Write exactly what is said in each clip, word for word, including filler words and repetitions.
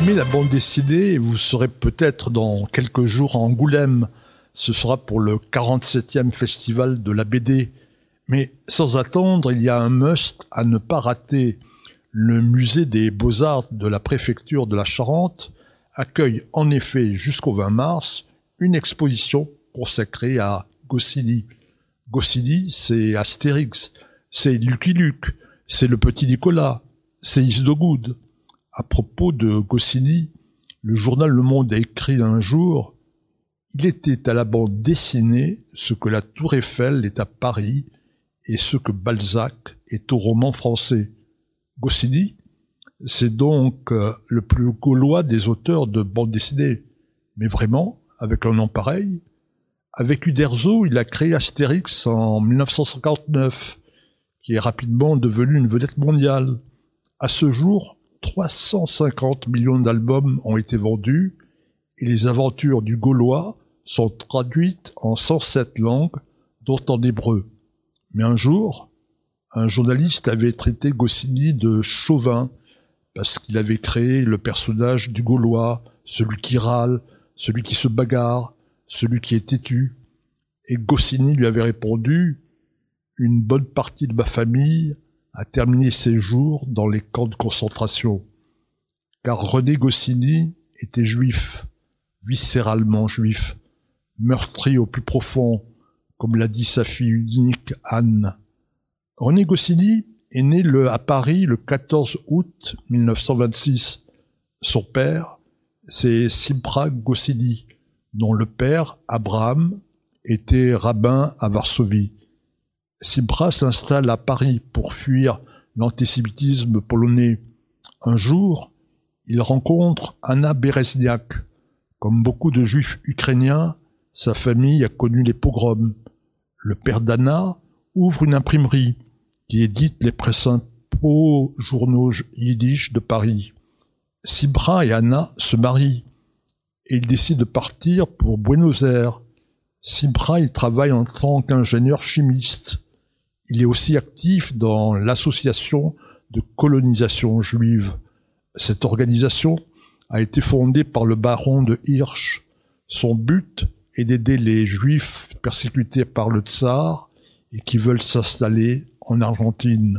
aimez la bande dessinée, vous serez peut-être dans quelques jours à Angoulême. Ce sera pour le quarante-septième festival de la B D. Mais sans attendre, il y a un must à ne pas rater. Le musée des Beaux-Arts de la préfecture de la Charente accueille en effet jusqu'au vingt mars une exposition consacrée à Goscinny. Goscinny, c'est Astérix, c'est Lucky Luke, c'est le petit Nicolas, c'est Isdogoud. À propos de Goscinny, le journal Le Monde a écrit un jour « Il était à la bande dessinée ce que la Tour Eiffel est à Paris et ce que Balzac est au roman français. » Goscinny, c'est donc euh, le plus gaulois des auteurs de bande dessinée. Mais vraiment, avec un nom pareil, avec Uderzo, il a créé Astérix en mille neuf cent cinquante-neuf, qui est rapidement devenu une vedette mondiale. À ce jour, trois cent cinquante millions d'albums ont été vendus et les aventures du Gaulois sont traduites en cent sept langues, dont en hébreu. Mais un jour, un journaliste avait traité Goscinny de chauvin parce qu'il avait créé le personnage du Gaulois, celui qui râle, celui qui se bagarre, celui qui est têtu. Et Goscinny lui avait répondu « Une bonne partie de ma famille a terminé ses jours dans les camps de concentration. » Car René Goscinny était juif, viscéralement juif, meurtri au plus profond, comme l'a dit sa fille unique Anne. René Goscinny est né le, à Paris le quatorze août mille neuf cent vingt-six. Son père, c'est Simcha Goscinny, dont le père, Abraham, était rabbin à Varsovie. Simcha s'installe à Paris pour fuir l'antisémitisme polonais. Un jour, il rencontre Anna Berezniak. Comme beaucoup de juifs ukrainiens, sa famille a connu les pogroms. Le père d'Anna ouvre une imprimerie qui édite les principaux journaux yiddish de Paris. Simcha et Anna se marient et ils décident de partir pour Buenos Aires. Simcha, il travaille en tant qu'ingénieur chimiste. Il est aussi actif dans l'association de colonisation juive. Cette organisation a été fondée par le baron de Hirsch. Son but est d'aider les juifs persécutés par le tsar et qui veulent s'installer en Argentine.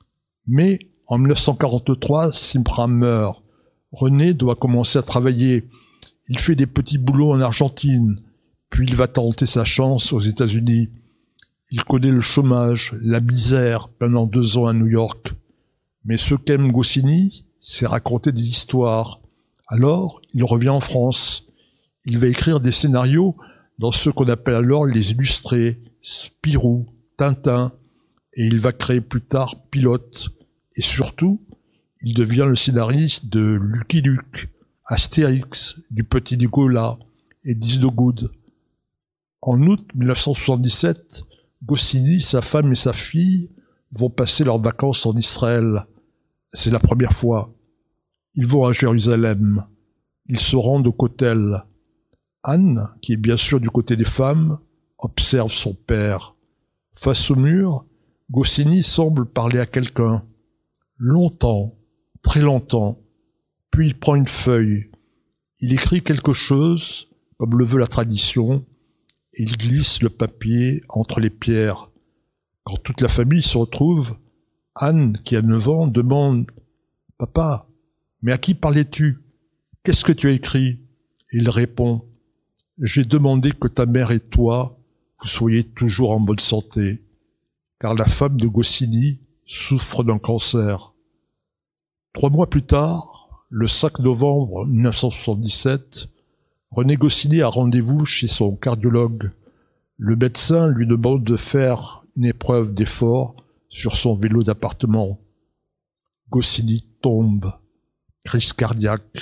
Mais en mille neuf cent quarante-trois, Simcha meurt. René doit commencer à travailler. Il fait des petits boulots en Argentine, puis il va tenter sa chance aux États-Unis. Il connaît le chômage, la misère pendant deux ans à New York. Mais ce qu'aime Goscinny, c'est raconter des histoires. Alors, il revient en France. Il va écrire des scénarios dans ce qu'on appelle alors les illustrés, Spirou, Tintin, et il va créer plus tard Pilote. Et surtout, il devient le scénariste de Lucky Luke, Astérix, du Petit Nicolas et d'Isdogoud. En août mille neuf cent soixante-dix-sept, Goscinny, sa femme et sa fille vont passer leurs vacances en Israël. C'est la première fois. Ils vont à Jérusalem. Ils se rendent au Kotel. Anne, qui est bien sûr du côté des femmes, observe son père. Face au mur, Goscinny semble parler à quelqu'un. Longtemps, très longtemps. Puis il prend une feuille. Il écrit quelque chose, comme le veut la tradition, et il glisse le papier entre les pierres. Quand toute la famille se retrouve, Anne, qui a neuf ans, demande « Papa, mais à qui parlais-tu? Qu'est-ce que tu as écrit ?» Et il répond « J'ai demandé que ta mère et toi, vous soyez toujours en bonne santé, car la femme de Goscinny souffre d'un cancer. » Trois mois plus tard, le cinq novembre mille neuf cent soixante-dix-sept, René Goscinny a rendez-vous chez son cardiologue. Le médecin lui demande de faire une épreuve d'effort sur son vélo d'appartement. Goscinny tombe, crise cardiaque.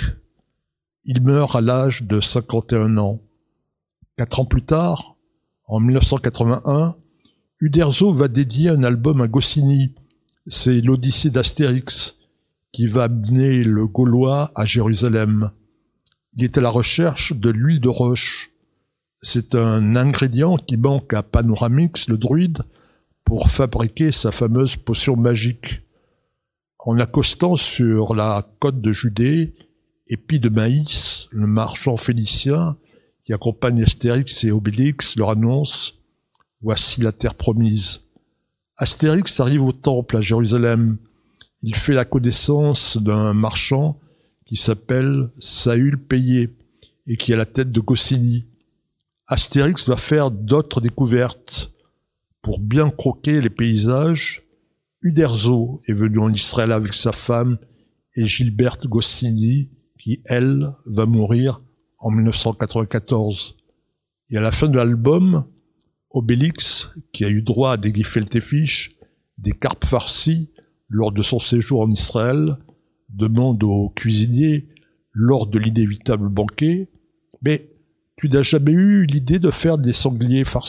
Il meurt à l'âge de cinquante et un ans. Quatre ans plus tard, en mille neuf cent quatre-vingt-un, Uderzo va dédier un album à Goscinny. C'est l'Odyssée d'Astérix, qui va amener le Gaulois à Jérusalem. Il est à la recherche de l'huile de roche. C'est un ingrédient qui manque à Panoramix, le druide, pour fabriquer sa fameuse potion magique. En accostant sur la côte de Judée, Épi de Maïs, le marchand phénicien, qui accompagne Astérix et Obélix, leur annonce « Voici la terre promise ». Astérix arrive au temple à Jérusalem. Il fait la connaissance d'un marchand qui s'appelle Saül Payé et qui a la tête de Goscinny. Astérix va faire d'autres découvertes. Pour bien croquer les paysages, Uderzo est venu en Israël avec sa femme et Gilberte Goscinny, qui, elle, va mourir en mille neuf cent quatre-vingt-quatorze. Et à la fin de l'album, Obélix, qui a eu droit à des gefilte fish, des carpes farcies, lors de son séjour en Israël, demande au cuisinier, lors de l'inévitable banquet, « Mais tu n'as jamais eu l'idée de faire des sangliers farcis ?»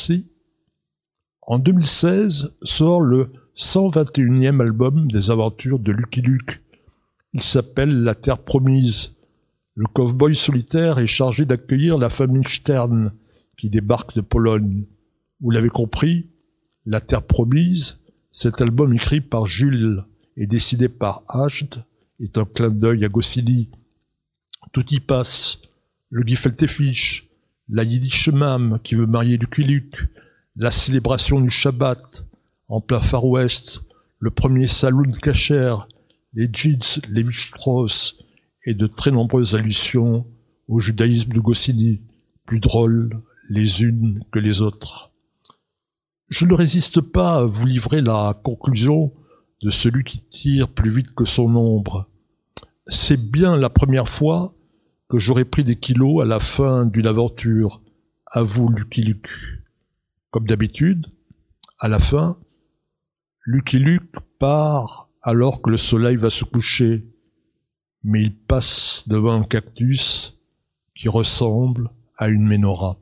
En deux mille seize sort le cent vingt et unième album des aventures de Lucky Luke. Il s'appelle La Terre Promise. Le cow-boy solitaire est chargé d'accueillir la famille Stern, qui débarque de Pologne. Vous l'avez compris, La Terre Promise, cet album écrit par Jules et dessiné par Hajд, est un clin d'œil à Goscinny. Tout y passe, le gefilte fish, la Yiddish Mam qui veut marier Lucky Luke, la célébration du Shabbat, en plein Far West, le premier saloon kasher, les jeans, les Lévi-Strauss, et de très nombreuses allusions au judaïsme de Goscinny, plus drôles les unes que les autres. Je ne résiste pas à vous livrer la conclusion de celui qui tire plus vite que son ombre. C'est bien la première fois que j'aurais pris des kilos à la fin d'une aventure, avoue Lucky Luke. Comme d'habitude, à la fin, Lucky Luke part alors que le soleil va se coucher, mais il passe devant un cactus qui ressemble à une menorah.